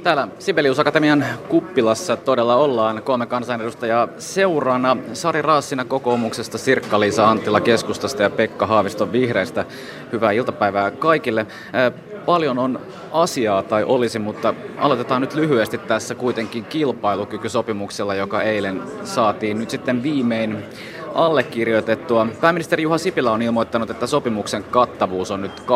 Täällä Sibelius Akatemian kuppilassa todella ollaan 3 kansanedustajaa seurana. Sari Raassina kokoomuksesta, Sirkka-Liisa Anttila keskustasta ja Pekka Haavisto vihreistä. Hyvää iltapäivää kaikille. Paljon on asiaa tai olisi, mutta aloitetaan nyt lyhyesti tässä kuitenkin kilpailukykysopimuksella, joka eilen saatiin nyt sitten viimein allekirjoitettua. Pääministeri Juha Sipilä on ilmoittanut, että sopimuksen kattavuus on nyt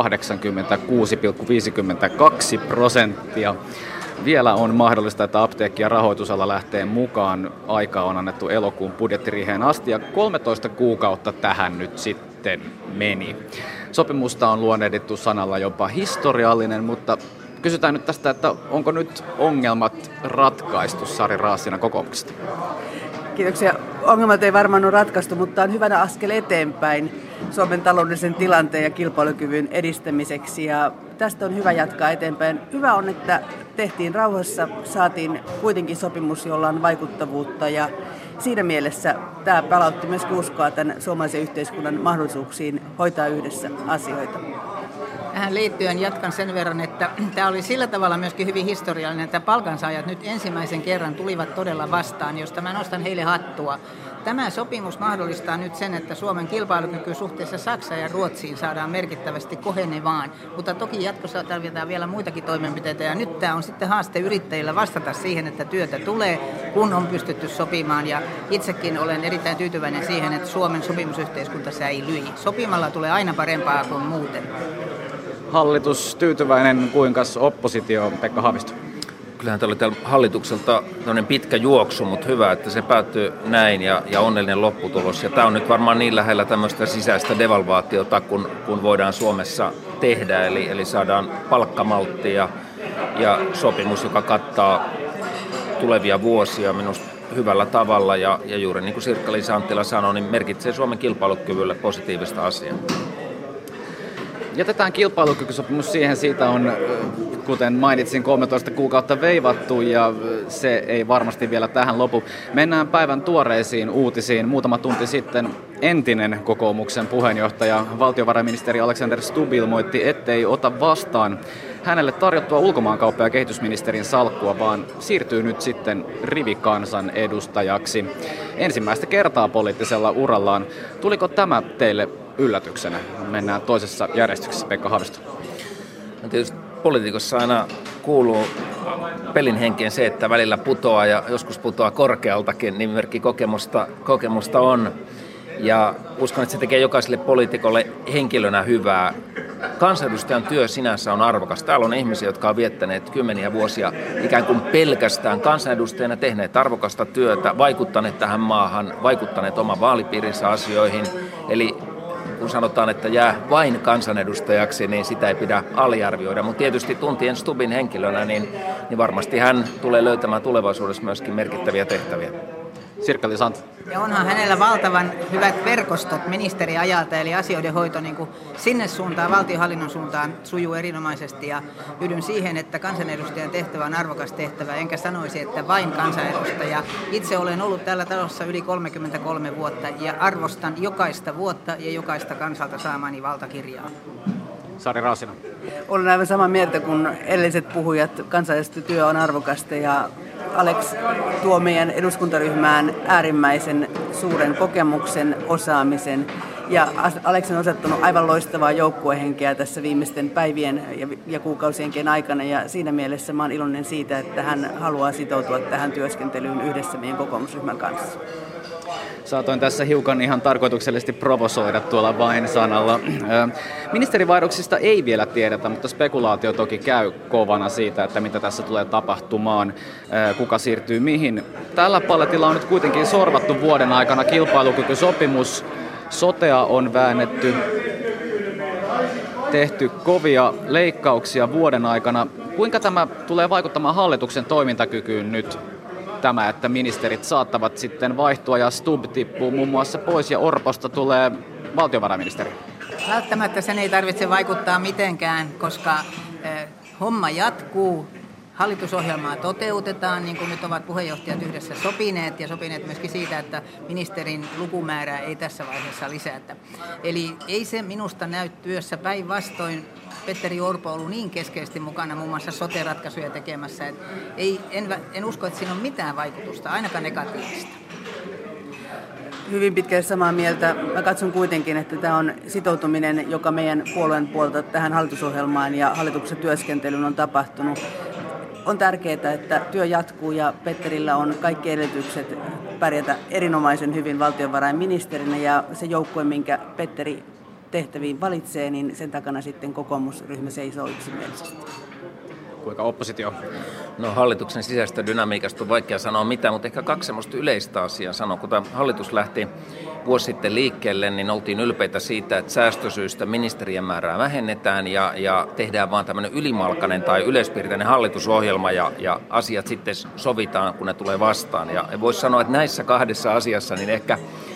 86,52%. Vielä on mahdollista, että apteekki- ja rahoitusala lähtee mukaan. Aikaa on annettu elokuun budjettiriiheen asti ja 13 kuukautta tähän nyt sitten meni. Sopimusta on luonnehdittu sanalla jopa historiallinen, mutta kysytään nyt tästä, että onko nyt ongelmat ratkaistu, Sari Raassina kokoomuksesta? Kiitoksia. Ongelmat ei varmaan ole ratkaistu, mutta on hyvänä askel eteenpäin Suomen taloudellisen tilanteen ja kilpailukyvyn edistämiseksi. Ja tästä on hyvä jatkaa eteenpäin. Hyvä on, että tehtiin rauhassa, saatiin kuitenkin sopimus, jolla on vaikuttavuutta. Ja siinä mielessä tämä palautti myös uskoa tämän suomalaisen yhteiskunnan mahdollisuuksiin hoitaa yhdessä asioita. Tähän liittyen jatkan sen verran, että tämä oli sillä tavalla myöskin hyvin historiallinen, että palkansaajat nyt ensimmäisen kerran tulivat todella vastaan, josta mä nostan heille hattua. Tämä sopimus mahdollistaa nyt sen, että Suomen kilpailukyky suhteessa Saksaan ja Ruotsiin saadaan merkittävästi kohenevaan, mutta toki jatkossa tarvitaan vielä muitakin toimenpiteitä ja nyt tämä on sitten haaste yrittäjillä vastata siihen, että työtä tulee, kun on pystytty sopimaan ja itsekin olen erittäin tyytyväinen siihen, että Suomen sopimusyhteiskunta säilyi. Sopimalla tulee aina parempaa kuin muuten. Hallitus tyytyväinen, kuinka oppositio, Pekka Haavisto? Kyllähän tämä oli täällä hallitukselta pitkä juoksu, mutta hyvä, että se päättyy näin ja onnellinen lopputulos. Ja tämä on nyt varmaan niin lähellä tämmöistä sisäistä devalvaatiota, kun voidaan Suomessa tehdä. Eli saadaan palkkamaltti ja sopimus, joka kattaa tulevia vuosia minusta hyvällä tavalla. Ja juuri niin kuin Sirkka-Liisa Anttila sanoi, niin merkitsee Suomen kilpailukyvylle positiivista asiaa. Jätetään kilpailukykysopimus siihen, siitä on, kuten mainitsin, 13 kuukautta veivattu ja se ei varmasti vielä tähän lopu. Mennään päivän tuoreisiin uutisiin. Muutama tunti sitten entinen kokoomuksen puheenjohtaja, valtiovarainministeri Alexander Stubb ilmoitti, ettei ota vastaan hänelle tarjottua ulkomaankauppa- ja kehitysministerin salkkua, vaan siirtyy nyt sitten rivikansan edustajaksi. Ensimmäistä kertaa poliittisella urallaan. Tuliko tämä teille yllätyksenä? Mennään toisessa järjestyksessä, Pekka Haavisto. No tietysti poliitikossa aina kuuluu pelin henkeen se, että välillä putoaa ja joskus putoaa korkealtakin, nimimerkki kokemusta on. Ja uskon, että se tekee jokaiselle poliitikolle henkilönä hyvää. Kansanedustajan työ sinänsä on arvokas. Täällä on ihmisiä, jotka ovat viettäneet kymmeniä vuosia ikään kuin pelkästään kansanedustajana, tehneet arvokasta työtä, vaikuttaneet tähän maahan, vaikuttaneet oman vaalipiirinsä asioihin. Eli kun sanotaan, että jää vain kansanedustajaksi, niin sitä ei pidä aliarvioida. Mutta tietysti tuntien Stubbin henkilönä, niin varmasti hän tulee löytämään tulevaisuudessa myöskin merkittäviä tehtäviä. Sirkka-Liisa Anttila. Ja onhan hänellä valtavan hyvät verkostot ministeriajalta, eli asioiden hoito niin kuin sinne suuntaan, valtionhallinnon suuntaan sujuu erinomaisesti. Ja yhdyn siihen, että kansanedustajan tehtävä on arvokas tehtävä, enkä sanoisi, että vain kansanedustaja. Itse olen ollut täällä talossa yli 33 vuotta ja arvostan jokaista vuotta ja jokaista kansalta saamani valtakirjaa. Sari Raassina. Olen aivan samaa mieltä kuin edelliset puhujat. Kansanedustajatyö on arvokasta ja Alex tuo meidän eduskuntaryhmään äärimmäisen suuren kokemuksen, osaamisen. Ja Alex on osoittanut aivan loistavaa joukkuehenkeä tässä viimeisten päivien ja kuukausienkin aikana. Ja siinä mielessä mä oon iloinen siitä, että hän haluaa sitoutua tähän työskentelyyn yhdessä meidän kokoomusryhmän kanssa. Saatoin tässä hiukan ihan tarkoituksellisesti provosoida tuolla vain sanalla. Ministerivaihdoksista ei vielä tiedetä, mutta spekulaatio toki käy kovana siitä, että mitä tässä tulee tapahtumaan, kuka siirtyy mihin. Tällä paletilla on nyt kuitenkin sorvattu vuoden aikana kilpailukykysopimus. Sotea on väännetty, tehty kovia leikkauksia vuoden aikana. Kuinka tämä tulee vaikuttamaan hallituksen toimintakykyyn nyt? Tämä, että ministerit saattavat sitten vaihtua ja Stubb tippuu muun muassa pois ja Orposta tulee valtiovarainministeri. Välttämättä sen ei tarvitse vaikuttaa mitenkään, koska homma jatkuu. Hallitusohjelmaa toteutetaan, niin kuin nyt ovat puheenjohtajat yhdessä sopineet, ja sopineet myöskin siitä, että ministerin lukumäärää ei tässä vaiheessa lisätä. Eli ei se minusta näy työssä, päinvastoin. Petteri Orpo on ollut niin keskeisesti mukana muun muassa sote-ratkaisuja tekemässä, että en usko, että siinä on mitään vaikutusta, ainakaan negatiivista. Hyvin pitkälle samaa mieltä. Mä katson kuitenkin, että tämä on sitoutuminen, joka meidän puolueen puolelta tähän hallitusohjelmaan ja hallituksen työskentelyyn on tapahtunut. On tärkeää, että työ jatkuu ja Petterillä on kaikki edellytykset pärjätä erinomaisen hyvin valtiovarainministerinä ja se joukkue, minkä Petteri tehtäviin valitsee, niin sen takana sitten kokoomusryhmä seisoo yksimielisesti. Kuinka oppositio? No hallituksen sisäisestä dynamiikasta on vaikea sanoa mitään, mutta ehkä kaksi semmoista yleistä asiaa sanoa. Kun tämä hallitus lähti vuosi sitten liikkeelle, niin oltiin ylpeitä siitä, että säästösyistä ministerien määrää vähennetään ja tehdään vaan tämmöinen ylimalkainen tai yleispiirteinen hallitusohjelma ja asiat sitten sovitaan, kun ne tulee vastaan. Ja voisi sanoa, että näissä kahdessa asiassa niin ehkä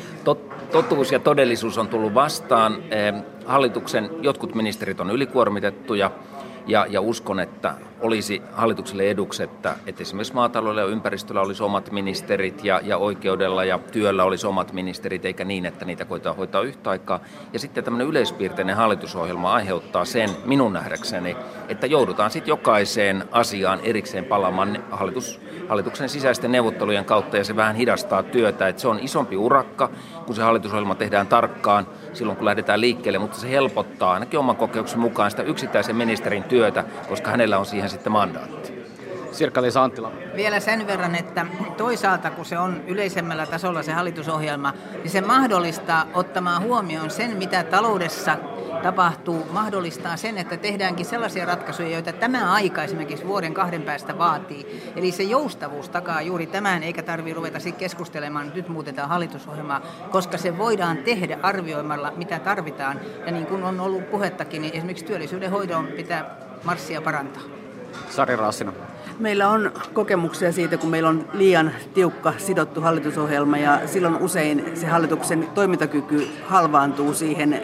totuus ja todellisuus on tullut vastaan. Hallituksen jotkut ministerit on ylikuormitettuja ja uskon, että olisi hallitukselle eduksi, että esimerkiksi maataloudella ja ympäristöllä olisi omat ministerit ja oikeudella ja työllä olisi omat ministerit, eikä niin, että niitä koetaan hoitaa yhtä aikaa. Ja sitten tämmöinen yleispiirteinen hallitusohjelma aiheuttaa sen minun nähdäkseni, että joudutaan sitten jokaiseen asiaan erikseen palaamaan hallituksen sisäisten neuvottelujen kautta ja se vähän hidastaa työtä. Että se on isompi urakka, kun se hallitusohjelma tehdään tarkkaan silloin, kun lähdetään liikkeelle, mutta se helpottaa ainakin oman kokemuksen mukaan sitä yksittäisen ministerin työtä, koska hänellä on siihen sitten mandaatti. Sirkka-Liisa Anttila. Vielä sen verran, että toisaalta kun se on yleisemmällä tasolla se hallitusohjelma, niin se mahdollistaa ottamaan huomioon sen, mitä taloudessa tapahtuu, mahdollistaa sen, että tehdäänkin sellaisia ratkaisuja, joita tämä aika esimerkiksi vuoden 2 päästä vaatii. Eli se joustavuus takaa juuri tämän, eikä tarvitse ruveta sitten keskustelemaan, että nyt muutetaan hallitusohjelmaa, koska se voidaan tehdä arvioimalla, mitä tarvitaan. Ja niin kuin on ollut puhettakin, niin esimerkiksi työllisyyden hoidon pitää marssia parantaa. Sari Raassina. Meillä on kokemuksia siitä, kun meillä on liian tiukka sidottu hallitusohjelma ja silloin usein se hallituksen toimintakyky halvaantuu siihen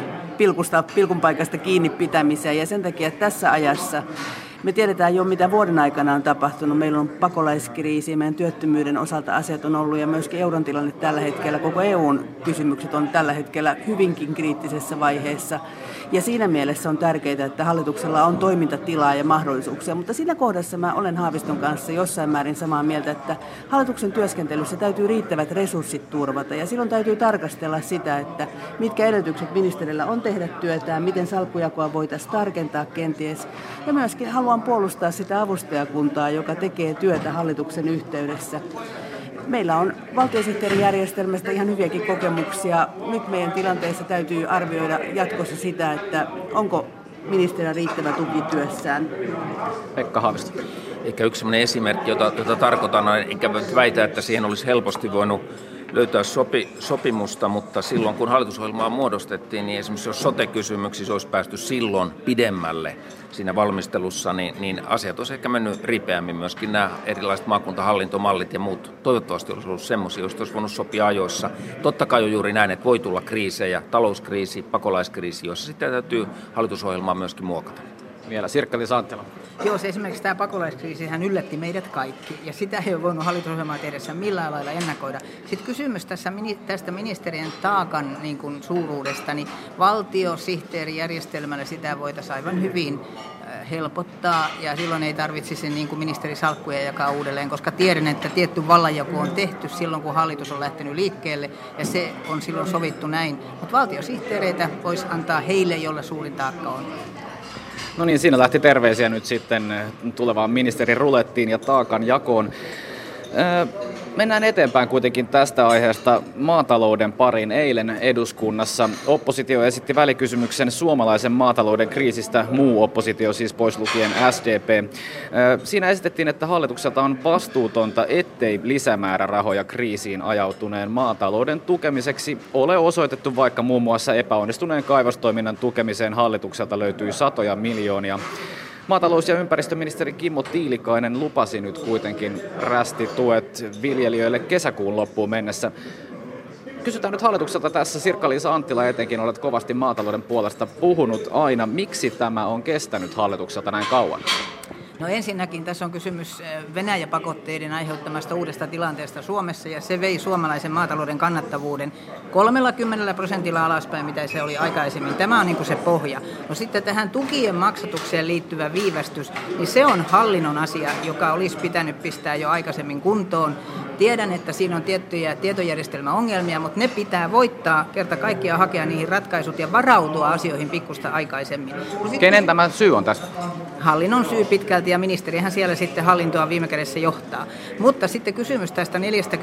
pilkun paikasta kiinni pitämiseen ja sen takia tässä ajassa me tiedetään jo, mitä vuoden aikana on tapahtunut. Meillä on pakolaiskriisi, meidän työttömyyden osalta asiat on ollut ja myöskin euron tilanne tällä hetkellä. Koko EUn kysymykset on tällä hetkellä hyvinkin kriittisessä vaiheessa. Ja siinä mielessä on tärkeää, että hallituksella on toimintatilaa ja mahdollisuuksia. Mutta siinä kohdassa mä olen Haaviston kanssa jossain määrin samaa mieltä, että hallituksen työskentelyssä täytyy riittävät resurssit turvata. Ja silloin täytyy tarkastella sitä, että mitkä edellytykset ministerillä on tehdä työtään, miten salkkujakoa voitaisiin tarkentaa kenties. Ja myöskin haluan puolustaa sitä avustajakuntaa, joka tekee työtä hallituksen yhteydessä. Meillä on valtiosihteerijärjestelmästä ihan hyviäkin kokemuksia. Nyt meidän tilanteessa täytyy arvioida jatkossa sitä, että onko ministerillä riittävä tuki työssään. Pekka Haavisto. Ehkä yksi sellainen esimerkki, jota tarkoitan, enkä väitä, että siihen olisi helposti voinut löytää sopimusta, mutta silloin kun hallitusohjelmaa muodostettiin, niin esimerkiksi jos sote-kysymyksissä olisi päästy silloin pidemmälle siinä valmistelussa, niin asiat olisi ehkä mennyt ripeämmin. Myöskin nämä erilaiset maakuntahallintomallit ja muut toivottavasti olisi ollut semmoisia, joista olisi voinut sopia ajoissa. Totta kai on juuri näin, että voi tulla kriisejä, talouskriisi, pakolaiskriisi, jossa sitten täytyy hallitusohjelmaa myöskin muokata. Vielä Sirkka-Liisa Anttila. Joo, se esimerkiksi tämä pakolaiskriisihän yllätti meidät kaikki, ja sitä ei ole voinut hallitusohjelmaa tehdessä millään lailla ennakoida. Sitten kysymys tästä ministerien taakan niin kuin suuruudesta, niin valtiosihteerijärjestelmällä sitä voitaisiin aivan hyvin helpottaa, ja silloin ei tarvitsisi niin kuin ministerisalkkuja jakaa uudelleen, koska tiedän, että tietty vallanjako on tehty silloin, kun hallitus on lähtenyt liikkeelle, ja se on silloin sovittu näin. Mutta valtiosihteereitä voisi antaa heille, jolla suurin taakka on. No niin, siinä lähti terveisiä nyt sitten tulevaan ministerin rulettiin ja taakan jakoon. Mennään eteenpäin kuitenkin tästä aiheesta maatalouden pariin. Eilen eduskunnassa oppositio esitti välikysymyksen suomalaisen maatalouden kriisistä, muu oppositio siis pois lukien SDP. Siinä esitettiin, että hallitukselta on vastuutonta, ettei lisämäärärahoja kriisiin ajautuneen maatalouden tukemiseksi ole osoitettu, vaikka muun muassa epäonnistuneen kaivostoiminnan tukemiseen hallitukselta löytyy satoja miljoonia. Maatalous- ja ympäristöministeri Kimmo Tiilikainen lupasi nyt kuitenkin rästituet viljelijöille kesäkuun loppuun mennessä. Kysytään nyt hallitukselta tässä, Sirkka-Liisa Anttila etenkin, olet kovasti maatalouden puolesta puhunut aina. Miksi tämä on kestänyt hallitukselta näin kauan? No ensinnäkin tässä on kysymys Venäjä-pakotteiden aiheuttamasta uudesta tilanteesta Suomessa, ja se vei suomalaisen maatalouden kannattavuuden 30% alaspäin, mitä se oli aikaisemmin. Tämä on niin kuin se pohja. No sitten tähän tukien maksatukseen liittyvä viivästys, niin se on hallinnon asia, joka olisi pitänyt pistää jo aikaisemmin kuntoon. Tiedän, että siinä on tiettyjä tietojärjestelmäongelmia, mutta ne pitää voittaa, kerta kaikkiaan hakea niihin ratkaisut ja varautua asioihin pikkusta aikaisemmin. Kenen tämä syy on tässä? Hallinnon syy pitkälti, ja ministerihän siellä sitten hallintoa viime kädessä johtaa. Mutta sitten kysymys tästä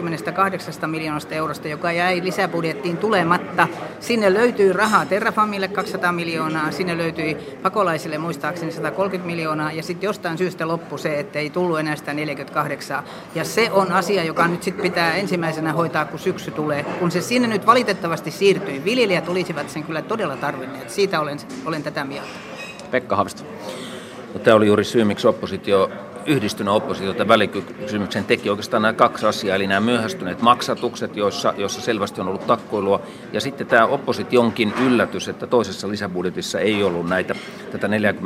48 miljoonasta eurosta, joka jäi lisäbudjettiin tulematta. Sinne löytyy rahaa Terrafamille 200 miljoonaa, sinne löytyi pakolaisille muistaakseni 130 miljoonaa, ja sitten jostain syystä loppui se, että ei tullut enää sitä 48. Ja se on asia, joka nyt sitten pitää ensimmäisenä hoitaa, kun syksy tulee. Kun se sinne nyt valitettavasti siirtyi, viljelijät olisivat sen kyllä todella tarvinneet. Siitä olen tätä mieltä. Pekka Haavisto. No, tämä oli juuri syy, miksi yhdistyneen oppositio tämän välikysymyksen teki oikeastaan nämä kaksi asiaa, eli nämä myöhästyneet maksatukset, joissa selvästi on ollut takkoilua, ja sitten tämä oppositionkin yllätys, että toisessa lisäbudjetissa ei ollut tätä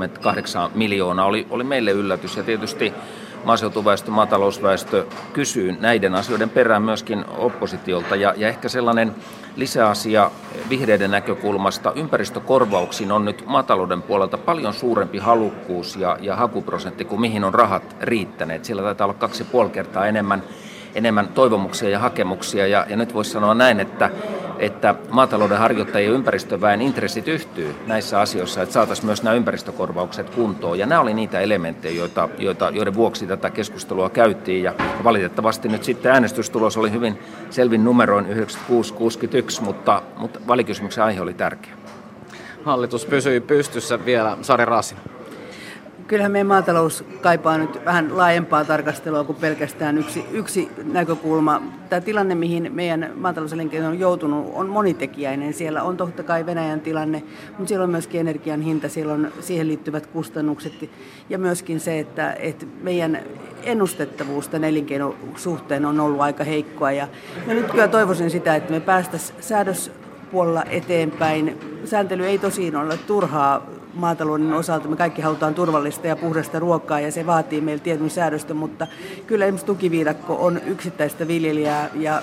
48 miljoonaa, oli meille yllätys, ja tietysti maaseutuväestö, maatalousväestö kysyy näiden asioiden perään myöskin oppositiolta, ja ehkä sellainen lisäasia vihreiden näkökulmasta, ympäristökorvauksiin on nyt maatalouden puolelta paljon suurempi halukkuus ja hakuprosentti kuin mihin on rahat riittäneet. Siellä taitaa olla 2,5 kertaa enemmän toivomuksia ja hakemuksia, ja nyt voisi sanoa näin, että maatalouden harjoittajien ja ympäristöväen intressit yhtyy näissä asioissa, että saataisiin myös nämä ympäristökorvaukset kuntoon. Ja nämä oli niitä elementtejä, joiden vuoksi tätä keskustelua käytiin, ja valitettavasti nyt sitten äänestystulos oli hyvin selvin numeroin 96-61, mutta välikysymyksen aihe oli tärkeä. Hallitus pysyi pystyssä vielä. Sari Raasina. Kyllähän meidän maatalous kaipaa nyt vähän laajempaa tarkastelua kuin pelkästään yksi näkökulma. Tämä tilanne, mihin meidän maatalouselinkeino on joutunut, on monitekijäinen. Siellä on totta kai Venäjän tilanne, mutta siellä on myöskin energian hinta, siellä on siihen liittyvät kustannukset ja myöskin se, että meidän ennustettavuus tämän elinkeinon suhteen on ollut aika heikkoa. Ja nyt kyllä toivoisin sitä, että me päästäisiin säädöspuolella eteenpäin. Sääntely ei tosiaan ole turhaa maatalouden osalta. Me kaikki halutaan turvallista ja puhdasta ruokaa, ja se vaatii meillä tietyn säädöstä, mutta kyllä esimerkiksi tukiviidakko on yksittäistä viljelijää ja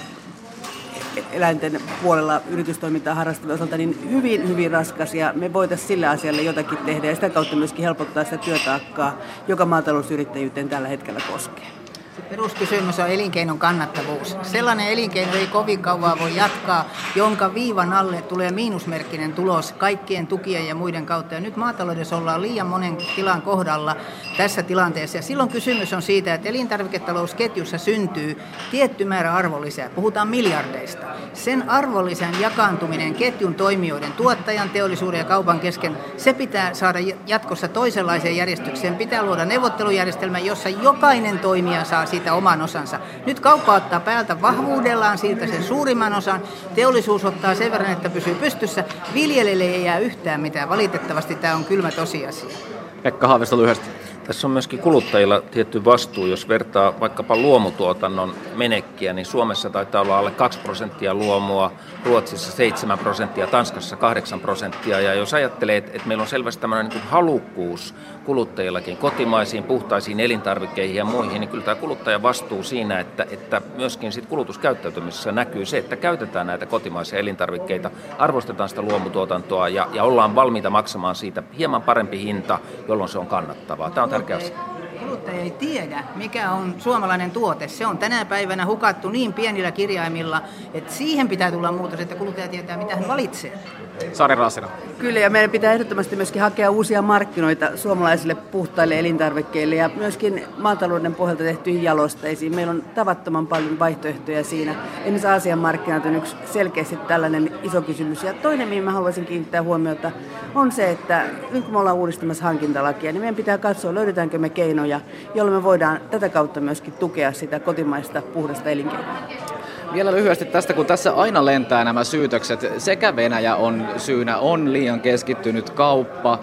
eläinten puolella yritystoimintaa harrastavia osalta niin hyvin, hyvin raskas, ja me voitaisiin sillä asialle jotakin tehdä ja sitä kautta myöskin helpottaa sitä työtaakkaa, joka maatalousyrittäjyyteen tällä hetkellä koskee. Peruskysymys on elinkeinon kannattavuus. Sellainen elinkeino ei kovin kauan voi jatkaa, jonka viivan alle tulee miinusmerkkinen tulos kaikkien tukien ja muiden kautta. Ja nyt maataloudessa ollaan liian monen tilan kohdalla tässä tilanteessa. Ja silloin kysymys on siitä, että elintarviketalousketjussa syntyy tietty määrä arvonlisää. Puhutaan miljardeista. Sen arvonlisän jakaantuminen ketjun toimijoiden, tuottajan, teollisuuden ja kaupan kesken, se pitää saada jatkossa toisenlaiseen järjestykseen. Pitää luoda neuvottelujärjestelmä, jossa jokainen toimija saa siitä oman osansa. Nyt kauppa ottaa päältä vahvuudellaan siitä sen suurimman osan. Teollisuus ottaa sen verran, että pysyy pystyssä. Viljelijälle ei jää yhtään mitään. Valitettavasti tämä on kylmä tosiasia. Pekka Haavisto lyhyesti. Tässä on myöskin kuluttajilla tietty vastuu, jos vertaa vaikkapa luomutuotannon menekkiä, niin Suomessa taitaa olla alle 2% luomua, Ruotsissa 7%, Tanskassa 8%. Ja jos ajattelee, että meillä on selvästi tämmöinen niin halukkuus kuluttajillakin kotimaisiin, puhtaisiin elintarvikkeihin ja muihin, niin kyllä tämä kuluttajan vastuu siinä, että myöskin sit kulutuskäyttäytymisessä näkyy se, että käytetään näitä kotimaisia elintarvikkeita, arvostetaan sitä luomutuotantoa ja ollaan valmiita maksamaan siitä hieman parempi hinta, jolloin se on kannattavaa. Tämä on tärkeä asia. Kuluttaja ei tiedä, mikä on suomalainen tuote. Se on tänä päivänä hukattu niin pienillä kirjaimilla, että siihen pitää tulla muutos, että kuluttaja tietää, mitä hän valitsee. Sari Raasina. Kyllä, ja meidän pitää ehdottomasti myöskin hakea uusia markkinoita suomalaisille puhtaille elintarvikkeille ja myöskin maatalouden pohjalta tehtyihin jalosteisiin. Meillä on tavattoman paljon vaihtoehtoja siinä. Esimerkiksi Aasian markkinat on yksi selkeästi tällainen iso kysymys. Ja toinen, mihin mä haluaisin kiinnittää huomiota, on se, että nyt kun me ollaan uudistamassa hankintalakia, niin meidän pitää katsoa, löydetäänkö me keinoja, joilla me voidaan tätä kautta myöskin tukea sitä kotimaista puhdasta elinkeinoa. Vielä lyhyesti tästä, kun tässä aina lentää nämä syytökset. Sekä Venäjä on syynä, on liian keskittynyt kauppa,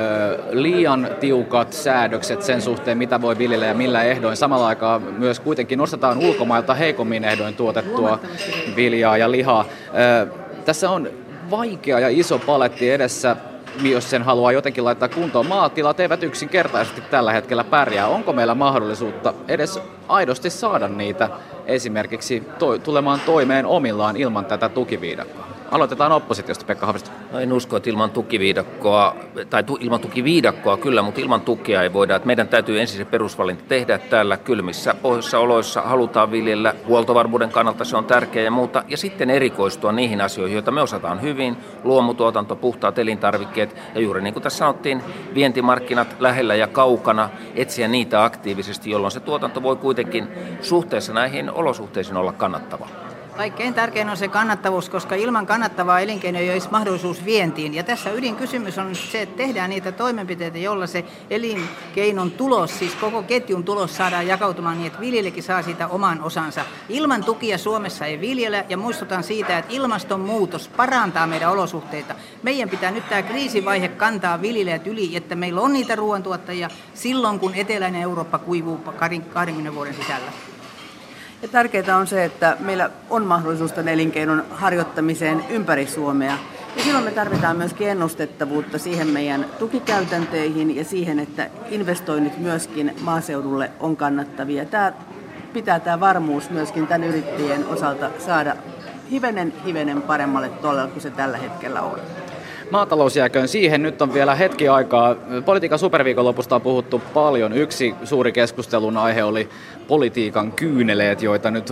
liian tiukat säädökset sen suhteen, mitä voi viljellä ja millä ehdoin. Samalla aikaa myös kuitenkin nostetaan ulkomailta heikommin ehdoin tuotettua viljaa ja lihaa. Tässä on vaikea ja iso paletti edessä. jos sen haluaa jotenkin laittaa kuntoon. Maatilat eivät yksinkertaisesti tällä hetkellä pärjää. Onko meillä mahdollisuutta edes aidosti saada niitä esimerkiksi tulemaan toimeen omillaan ilman tätä tukiviidakkoa? Aloitetaan oppositiosta, Pekka Haavisto. No en usko, että ilman tukiviidakkoa, tai ilman tukiviidakkoa kyllä, mutta ilman tukea ei voida. Että meidän täytyy ensin se perusvalinta tehdä täällä kylmissä pohjoisissa oloissa. Halutaan viljellä huoltovarmuuden kannalta, se on tärkeää ja muuta. Ja sitten erikoistua niihin asioihin, joita me osataan hyvin. Luomutuotanto, puhtaat elintarvikkeet ja juuri niin kuin tässä sanottiin, vientimarkkinat lähellä ja kaukana. Etsiä niitä aktiivisesti, jolloin se tuotanto voi kuitenkin suhteessa näihin olosuhteisiin olla kannattavaa. Kaikkein tärkein on se kannattavuus, koska ilman kannattavaa elinkeinoa ei olisi mahdollisuus vientiin. Ja tässä ydinkysymys on se, että tehdään niitä toimenpiteitä, joilla se elinkeinon tulos, siis koko ketjun tulos saadaan jakautumaan niin, että viljelijäkin saa siitä oman osansa. Ilman tukia Suomessa ei viljellä ja muistutan siitä, että ilmastonmuutos parantaa meidän olosuhteita. Meidän pitää nyt tämä kriisivaihe kantaa viljelijät yli, että meillä on niitä ruoantuottajia silloin, kun eteläinen Eurooppa kuivuu 20 vuoden sisällä. Ja tärkeää on se, että meillä on mahdollisuus tämän elinkeinon harjoittamiseen ympäri Suomea. Ja silloin me tarvitaan myöskin ennustettavuutta siihen meidän tukikäytäntöihin ja siihen, että investoinnit myöskin maaseudulle on kannattavia. Tämä varmuus myöskin tämän yrittäjien osalta saada hivenen paremmalle tolelle kuin se tällä hetkellä on. Maatalous jääköön siihen. Nyt on vielä hetki aikaa. Politiikan superviikonlopusta on puhuttu paljon. Yksi suuri keskustelun aihe oli politiikan kyyneleet, joita nyt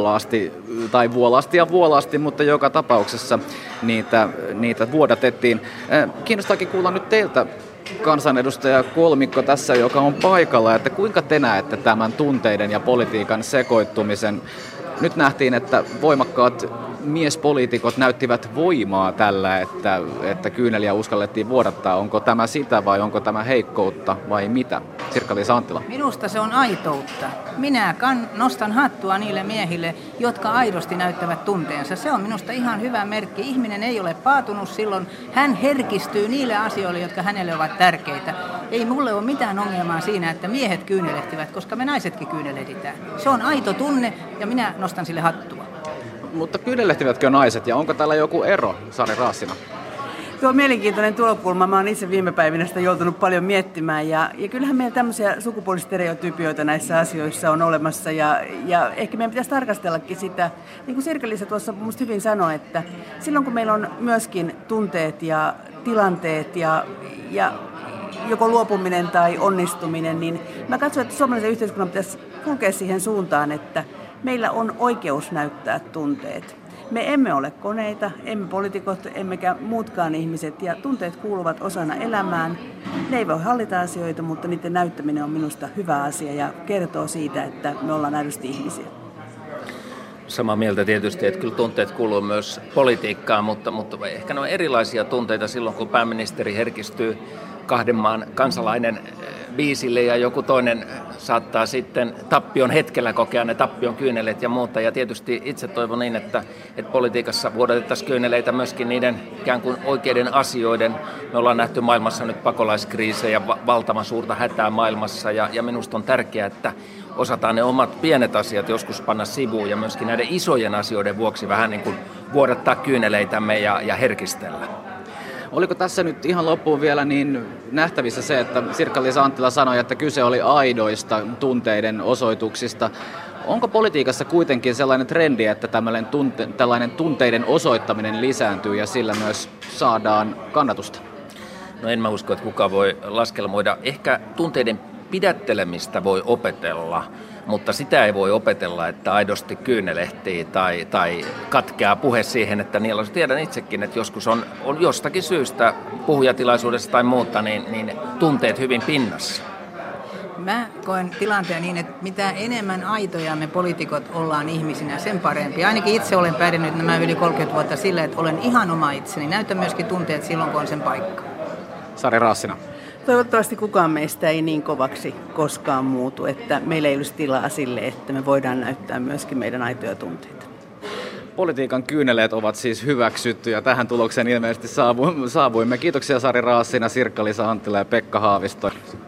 vuolaasti, mutta joka tapauksessa niitä vuodatettiin. Kiinnostaakin kuulla nyt teiltä, kansanedustaja kolmikko tässä, joka on paikalla, että kuinka te näette tämän tunteiden ja politiikan sekoittumisen? Nyt nähtiin, että voimakkaat miespoliitikot näyttivät voimaa tällä, että kyyneliä uskallettiin vuodattaa. Onko tämä sitä vai onko tämä heikkoutta vai mitä? Sirkka-Liisa Anttila. Minusta se on aitoutta. Minä nostan hattua niille miehille, jotka aidosti näyttävät tunteensa. Se on minusta ihan hyvä merkki. Ihminen ei ole paatunut silloin. Hän herkistyy niille asioille, jotka hänelle ovat tärkeitä. Ei mulle ole mitään ongelmaa siinä, että miehet kyynelehtivät, koska me naisetkin kyynelehditään. Se on aito tunne ja minä nostan sille hattua. Mutta kyynelehtivätkö naiset ja onko täällä joku ero, Sari Raassina? Tuo on mielenkiintoinen tulokulma. Mä oon itse viime päivinä sitä joutunut paljon miettimään. Ja kyllähän meillä tämmöisiä sukupuolistereotypioita näissä asioissa on olemassa. Ja ehkä meidän pitäisi tarkastellakin sitä, niin kuin Sirkka-Liisa tuossa musta hyvin sanoi, että silloin kun meillä on myöskin tunteet ja tilanteet ja joko luopuminen tai onnistuminen, niin mä katson, että suomalaisen yhteiskunnan pitäisi kulkea siihen suuntaan, että meillä on oikeus näyttää tunteet. Me emme ole koneita, emme poliitikot, emmekä muutkaan ihmiset, ja tunteet kuuluvat osana elämään. Ne ei voi hallita asioita, mutta niiden näyttäminen on minusta hyvä asia ja kertoo siitä, että me ollaan aidosti ihmisiä. Samaa mieltä tietysti, että kyllä tunteet kuuluu myös politiikkaan, mutta ehkä ne on erilaisia tunteita silloin, kun pääministeri herkistyy kahden maan kansalainen biisille ja joku toinen saattaa sitten tappion hetkellä kokea ne tappion kyyneleet ja muuta. Ja tietysti itse toivon niin, että politiikassa vuodatettaisiin kyyneleitä myöskin niiden ikään kuin oikeiden asioiden. Me ollaan nähty maailmassa nyt pakolaiskriisejä, valtavan suurta hätää maailmassa ja minusta on tärkeää, että osataan ne omat pienet asiat joskus panna sivuun ja myöskin näiden isojen asioiden vuoksi vähän niin kuin vuodattaa kyyneleitämme ja herkistellä. Oliko tässä nyt ihan loppuun vielä niin nähtävissä se, että Sirkka-Liisa Anttila sanoi, että kyse oli aidoista tunteiden osoituksista. Onko politiikassa kuitenkin sellainen trendi, että tällainen tunteiden osoittaminen lisääntyy ja sillä myös saadaan kannatusta? No en mä usko, että kukaan voi laskelmoida. Ehkä tunteiden pidättelemistä voi opetella, mutta sitä ei voi opetella, että aidosti kyynelehtii tai katkeaa puhe siihen, että niillä on. Tiedän itsekin, että joskus on jostakin syystä puhujatilaisuudessa tai muuta, niin tunteet hyvin pinnassa. Mä koen tilanteen niin, että mitä enemmän aitoja me poliitikot ollaan ihmisinä, sen parempi. Ainakin itse olen pärjännyt nämä yli 30 vuotta sillä, että olen ihan oma itseni. Näytän myöskin tunteet silloin, kun on sen paikka. Sari Raassina. Toivottavasti kukaan meistä ei niin kovaksi koskaan muutu, että meillä ei olisi tilaa sille, että me voidaan näyttää myöskin meidän aitoja tunteita. Politiikan kyyneleet ovat siis hyväksytty ja tähän tulokseen ilmeisesti saavuimme. Kiitoksia Sari Raassina, Sirkka-Liisa Anttila ja Pekka Haavisto.